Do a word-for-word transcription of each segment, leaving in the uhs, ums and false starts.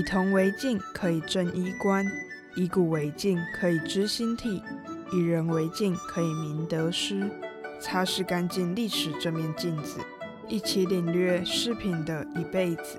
铜为镜，可以正衣冠；以古为镜，可以知兴替；以人为镜，可以明得失。擦拭干净历史这面镜子，一起领略饰品的一辈子。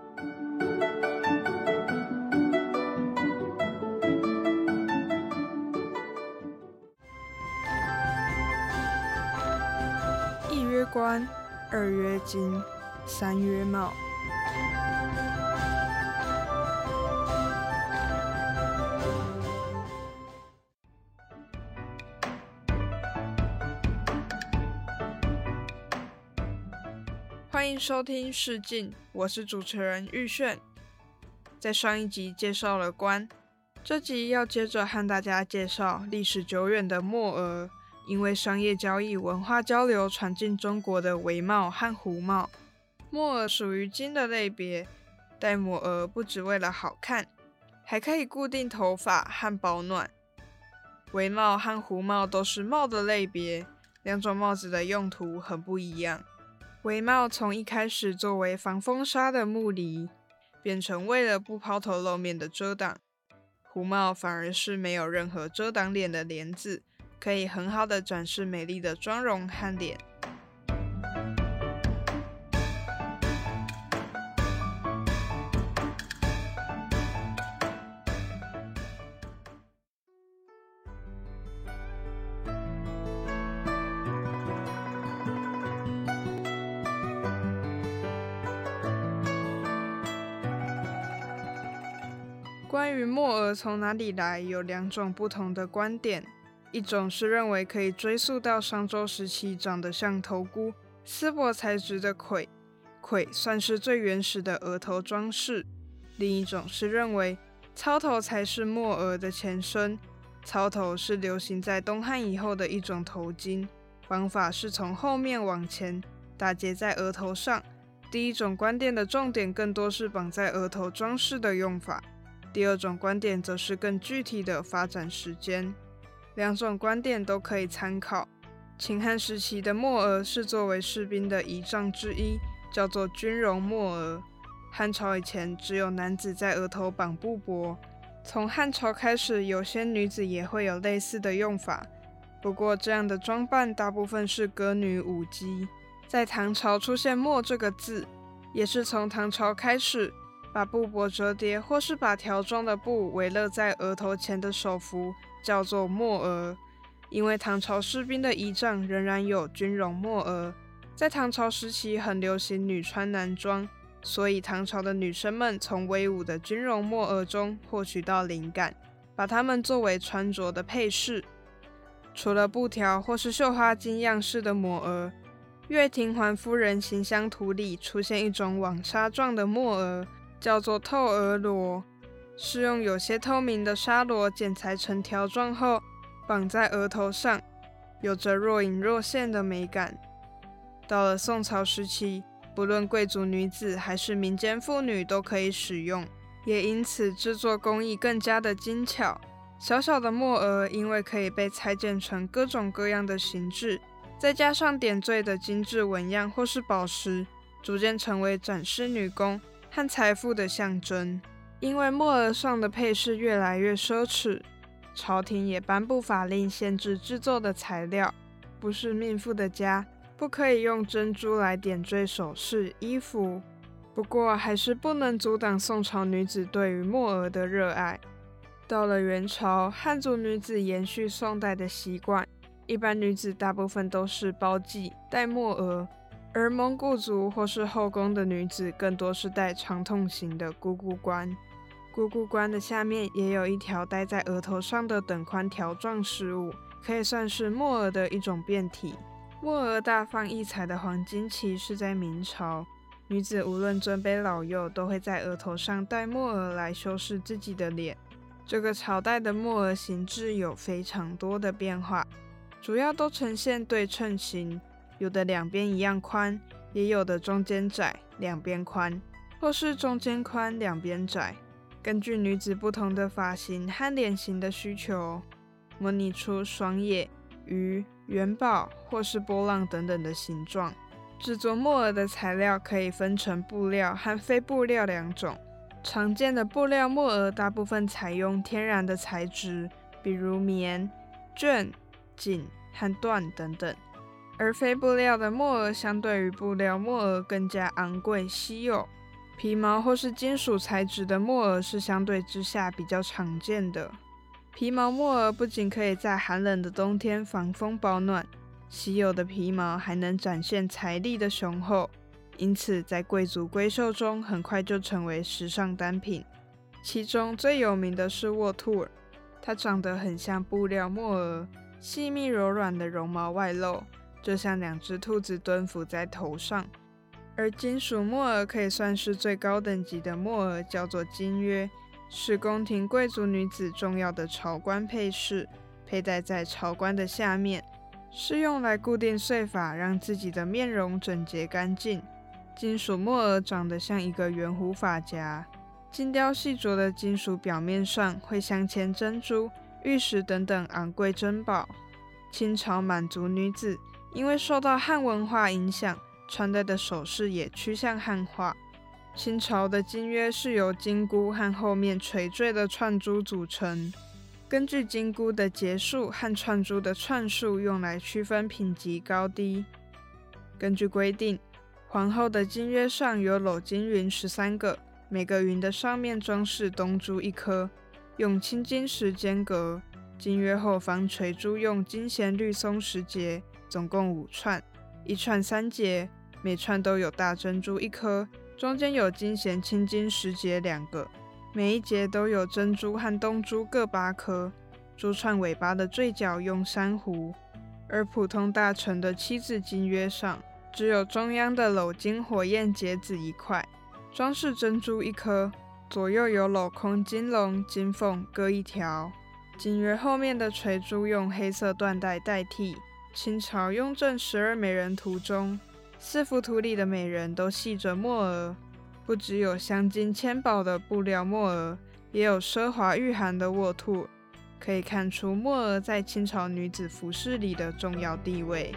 一曰冠，二曰金，三曰帽。欢迎收听试镜，我是主持人玉炫。在上一集介绍了冠，这集要接着和大家介绍历史久远的墨额，因为商业交易、文化交流传进中国的帷帽和胡帽。墨额属于金的类别，戴墨额不只为了好看，还可以固定头发和保暖。帷帽和胡帽都是帽的类别，两种帽子的用途很不一样。帷帽从一开始作为防风沙的木篱，变成为了不抛头露面的遮挡。胡帽反而是没有任何遮挡脸的帘子，可以很好的展示美丽的妆容和脸。关于墨额从哪里来，有两种不同的观点。一种是认为可以追溯到商周时期长得像头箍、丝柏材质的魁，魁算是最原始的额头装饰。另一种是认为操头才是墨额的前身，操头是流行在东汉以后的一种头巾，绑法是从后面往前打结在额头上。第一种观点的重点更多是绑在额头装饰的用法，第二种观点则是更具体的发展时间。两种观点都可以参考。秦汉时期的墨额是作为士兵的仪仗之一，叫做军容墨额。汉朝以前只有男子在额头绑布帛，从汉朝开始，有些女子也会有类似的用法。不过这样的装扮大部分是歌女舞姬。在唐朝出现墨这个字，也是从唐朝开始，把布帛折叠或是把条状的布围勒在额头前的手幅叫做墨额。因为唐朝士兵的仪仗仍然有军容墨额，在唐朝时期很流行女穿男装，所以唐朝的女生们从威武的军容墨额中获取到灵感，把它们作为穿着的配饰。除了布条或是绣花金样式的抹额，乐亭环夫人行香图里出现一种网纱状的墨额，叫做透额罗，是用有些透明的纱罗剪裁成条状后绑在额头上，有着若隐若现的美感。到了宋朝时期，不论贵族女子还是民间妇女都可以使用，也因此制作工艺更加的精巧。小小的墨额因为可以被裁剪成各种各样的形制，再加上点缀的精致纹样或是宝石，逐渐成为展示女工和财富的象征。因为墨额上的配饰越来越奢侈，朝廷也颁布法令限制制作的材料，不是命妇的家不可以用珍珠来点缀首饰、衣服。不过还是不能阻挡宋朝女子对于墨额的热爱。到了元朝，汉族女子延续宋代的习惯，一般女子大部分都是包髻、戴墨额，而蒙古族或是后宫的女子更多是戴长筒形的姑姑冠。姑姑冠的下面也有一条戴在额头上的等宽条状饰物，可以算是墨额的一种变体。墨额大放异彩的黄金期是在明朝，女子无论尊卑老幼都会在额头上戴墨额来修饰自己的脸。这个朝代的墨额形制有非常多的变化，主要都呈现对称型，有的两边一样宽，也有的中间窄，两边宽，或是中间宽，两边窄。根据女子不同的发型和脸型的需求，模拟出双叶、鱼、元宝或是波浪等等的形状。制作墨额的材料可以分成布料和非布料两种。 常见的布料木额大部分采用天然的材质，比如棉、绢、锦和缎等等，而非布料的木额相对于布料木额更加昂贵稀有。皮毛或是金属材质的木额是相对之下比较常见的。皮毛木额不仅可以在寒冷的冬天防风保暖，稀有的皮毛还能展现财力的雄厚，因此在贵族闺秀中很快就成为时尚单品。其中最有名的是沃兔尔，它长得很像布料木额，细密柔软的绒毛外露，就像两只兔子蹲伏在头上。而金属木额可以算是最高等级的木额，叫做金钺，是宫廷贵族女子重要的朝冠配饰，佩戴在朝冠的下面，是用来固定碎发，让自己的面容整洁干净。金属木额长得像一个圆弧发夹，精雕细琢的金属表面上会镶嵌珍珠、玉石等等昂贵珍宝。清朝满族女子因为受到汉文化影响，穿戴的首饰也趋向汉化。清朝的金钺是由金箍和后面垂坠的串珠组成，根据金箍的节数和串珠的串数用来区分品级高低。根据规定，皇后的金钺上有镂金云十三个，每个云的上面装饰东珠一颗，用青金石间隔。金钺后方垂珠用金弦绿松石结，总共五串，一串三节，每串都有大珍珠一颗，中间有金弦青金石结两个，每一节都有珍珠和东珠各八颗。珠串尾巴的坠角用珊瑚，而普通大臣的妻子金钺上只有中央的镂金火焰结子一块，装饰珍珠一颗，左右有镂空金龙、金凤各一条。金钺后面的垂珠用黑色缎带代替。清朝雍正十二美人图中，四幅图里的美人都系着木额，不只有镶金嵌宝的布料木额，也有奢华御寒的沃兔，可以看出木额在清朝女子服饰里的重要地位。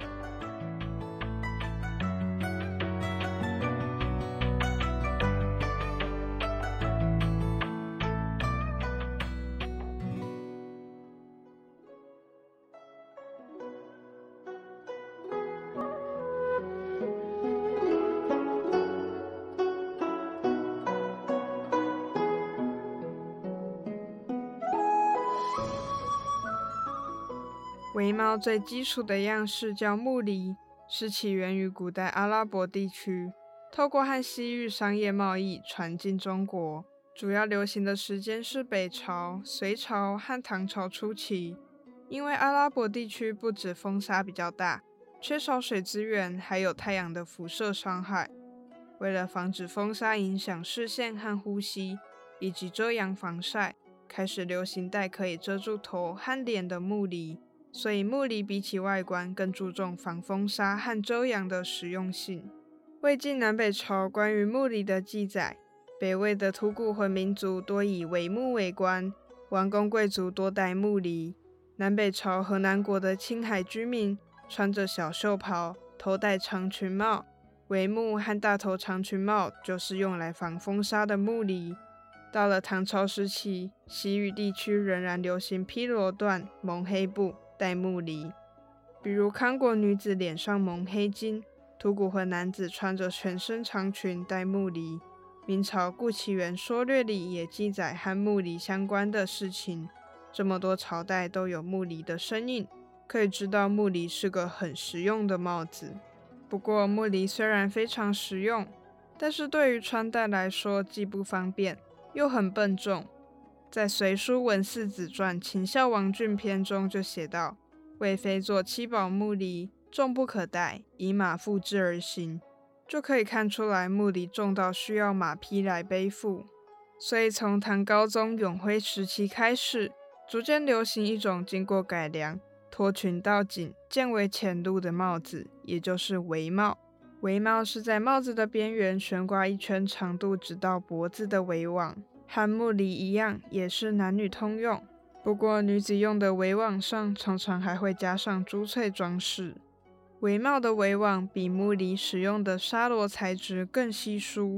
围帽最基础的样式叫木梨，是起源于古代阿拉伯地区，透过和西域商业贸易传进中国，主要流行的时间是北朝、隋朝和唐朝初期。因为阿拉伯地区不止风沙比较大，缺少水资源，还有太阳的辐射伤害。为了防止风沙影响视线和呼吸，以及遮阳防晒，开始流行戴可以遮住头和脸的木梨。所以木梨比起外观更注重防风沙和遮阳的实用性。魏晋南北朝关于木梨的记载，北魏的吐谷浑民族多以帷幕为官，王公贵族多戴木梨。南北朝河南国的青海居民穿着小袖袍，头戴长裙帽，帷幕和大头长裙帽就是用来防风沙的木梨。到了唐朝时期，西域地区仍然流行披罗缎、蒙黑布、戴木梨，比如康国女子脸上蒙黑巾，吐谷浑男子穿着全身长裙戴木梨。明朝《顾其元说略》里也记载和木梨相关的事情，这么多朝代都有木梨的身影，可以知道木梨是个很实用的帽子。不过木梨虽然非常实用，但是对于穿戴来说既不方便又很笨重。在《隋书文四子传·秦孝王郡篇》中就写道：魏妃作七宝木梨，重不可带，以马负之而行。就可以看出来木梨重到需要马匹来背负。所以从唐高宗永徽时期开始，逐渐流行一种经过改良、脱裙到颈、渐为浅露的帽子，也就是围帽。围帽是在帽子的边缘悬挂一圈长度直到脖子的围网，和木梨一样，也是男女通用。不过女子用的围网上常常还会加上珠翠装饰。围帽的围网比木梨使用的纱罗材质更稀疏，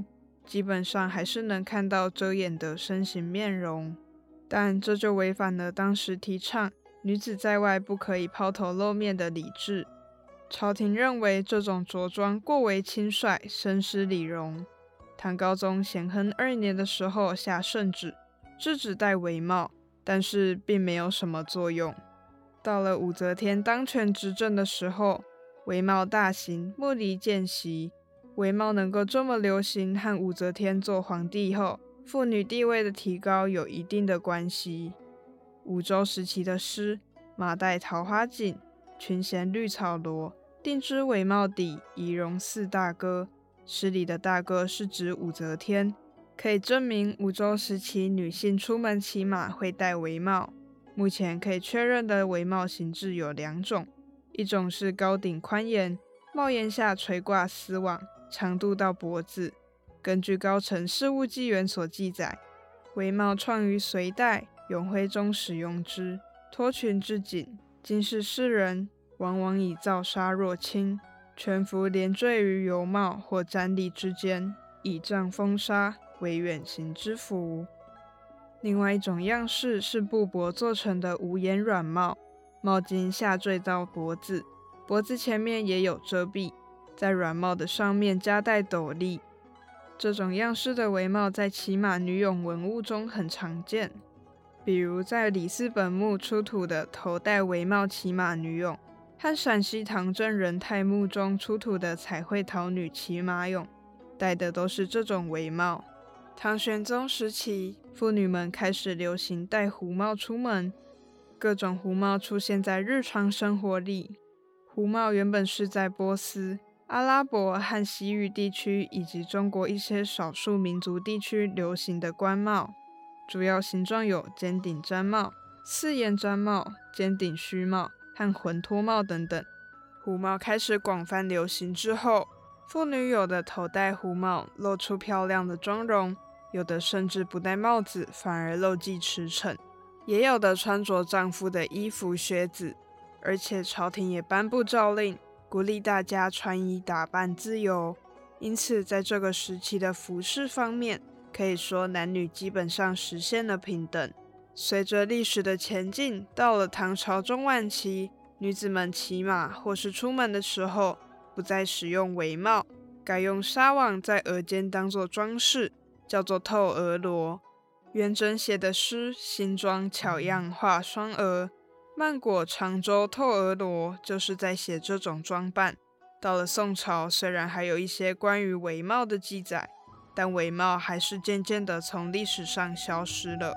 基本上还是能看到遮掩的身形面容，但这就违反了当时提倡女子在外不可以抛头露面的礼制。朝廷认为这种着装过为轻率，深失礼容。唐高宗咸亨二年的时候下圣旨，制止戴帷帽，但是并没有什么作用。到了武则天当权执政的时候，帷帽大行，莫离见习。帷帽能够这么流行，和武则天做皇帝后妇女地位的提高有一定的关系。武周时期的诗《马代桃花锦》群衔绿草罗，定制帷帽底，仪容四大哥。诗里的大哥是指武则天，可以证明武周时期女性出门骑马会戴帷帽。目前可以确认的帷帽形制有两种，一种是高顶宽檐，帽檐下垂挂丝网，长度到脖子。根据高城事务纪元所记载，帷帽创于隋代，永徽中使用之，托裙至颈。今世世人往往以皂纱若轻，全服连缀于油帽或毡笠之间，以仗风沙，为远行之服。另外一种样式是布帛做成的无檐软帽，帽襟下坠到脖子，脖子前面也有遮蔽，在软帽的上面加戴斗笠。这种样式的帷帽在骑马女俑文物中很常见，比如在里斯本墓出土的头戴帷帽骑马女俑，和陕西唐镇仁泰墓中出土的彩绘桃女骑马俑，戴的都是这种帷帽。唐玄宗时期，妇女们开始流行戴胡帽出门，各种胡帽出现在日常生活里。胡帽原本是在波斯、阿拉伯和西域地区以及中国一些少数民族地区流行的官帽，主要形状有尖顶毡帽、四檐毡帽、尖顶须帽和浑脱帽等等。胡帽开始广泛流行之后，妇女有的头戴胡帽，露出漂亮的妆容，有的甚至不戴帽子，反而露迹驰骋，也有的穿着丈夫的衣服靴子。而且朝廷也颁布诏令，鼓励大家穿衣打扮自由。因此在这个时期的服饰方面，可以说男女基本上实现了平等。随着历史的前进，到了唐朝中晚期，女子们骑马或是出门的时候，不再使用帷帽，改用纱网在额间当作装饰，叫做透额罗。元稹写的诗《新妆巧样画双额》，曼果长洲透额罗就是在写这种装扮。到了宋朝，虽然还有一些关于帷帽的记载，但帷帽还是渐渐地从历史上消失了。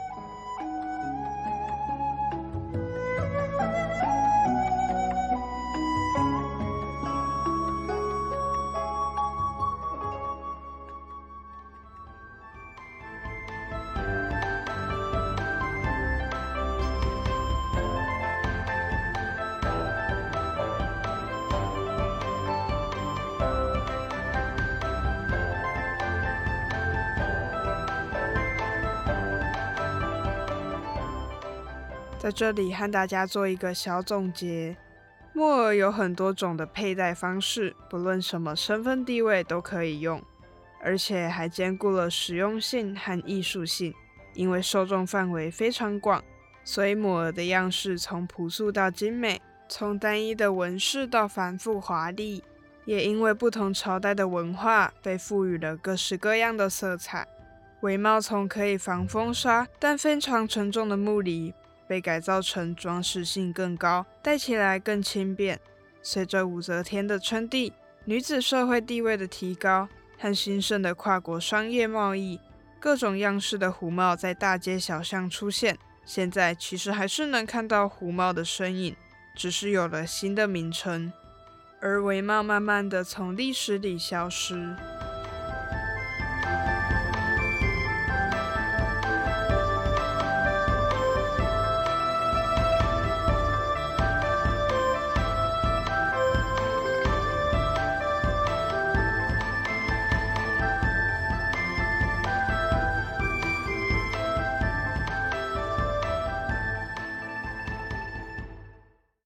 在这里和大家做一个小总结，木耳有很多种的佩戴方式，不论什么身份地位都可以用，而且还兼顾了实用性和艺术性。因为受众范围非常广，所以木耳的样式从朴素到精美，从单一的纹饰到繁复华丽，也因为不同朝代的文化被赋予了各式各样的色彩。帷帽从可以防风沙但非常沉重的木梨，被改造成装饰性更高，戴起来更轻便。随着武则天的称帝，女子社会地位的提高和兴盛的跨国商业贸易，各种样式的胡帽在大街小巷出现。现在其实还是能看到胡帽的身影，只是有了新的名称，而帷帽慢慢的从历史里消失。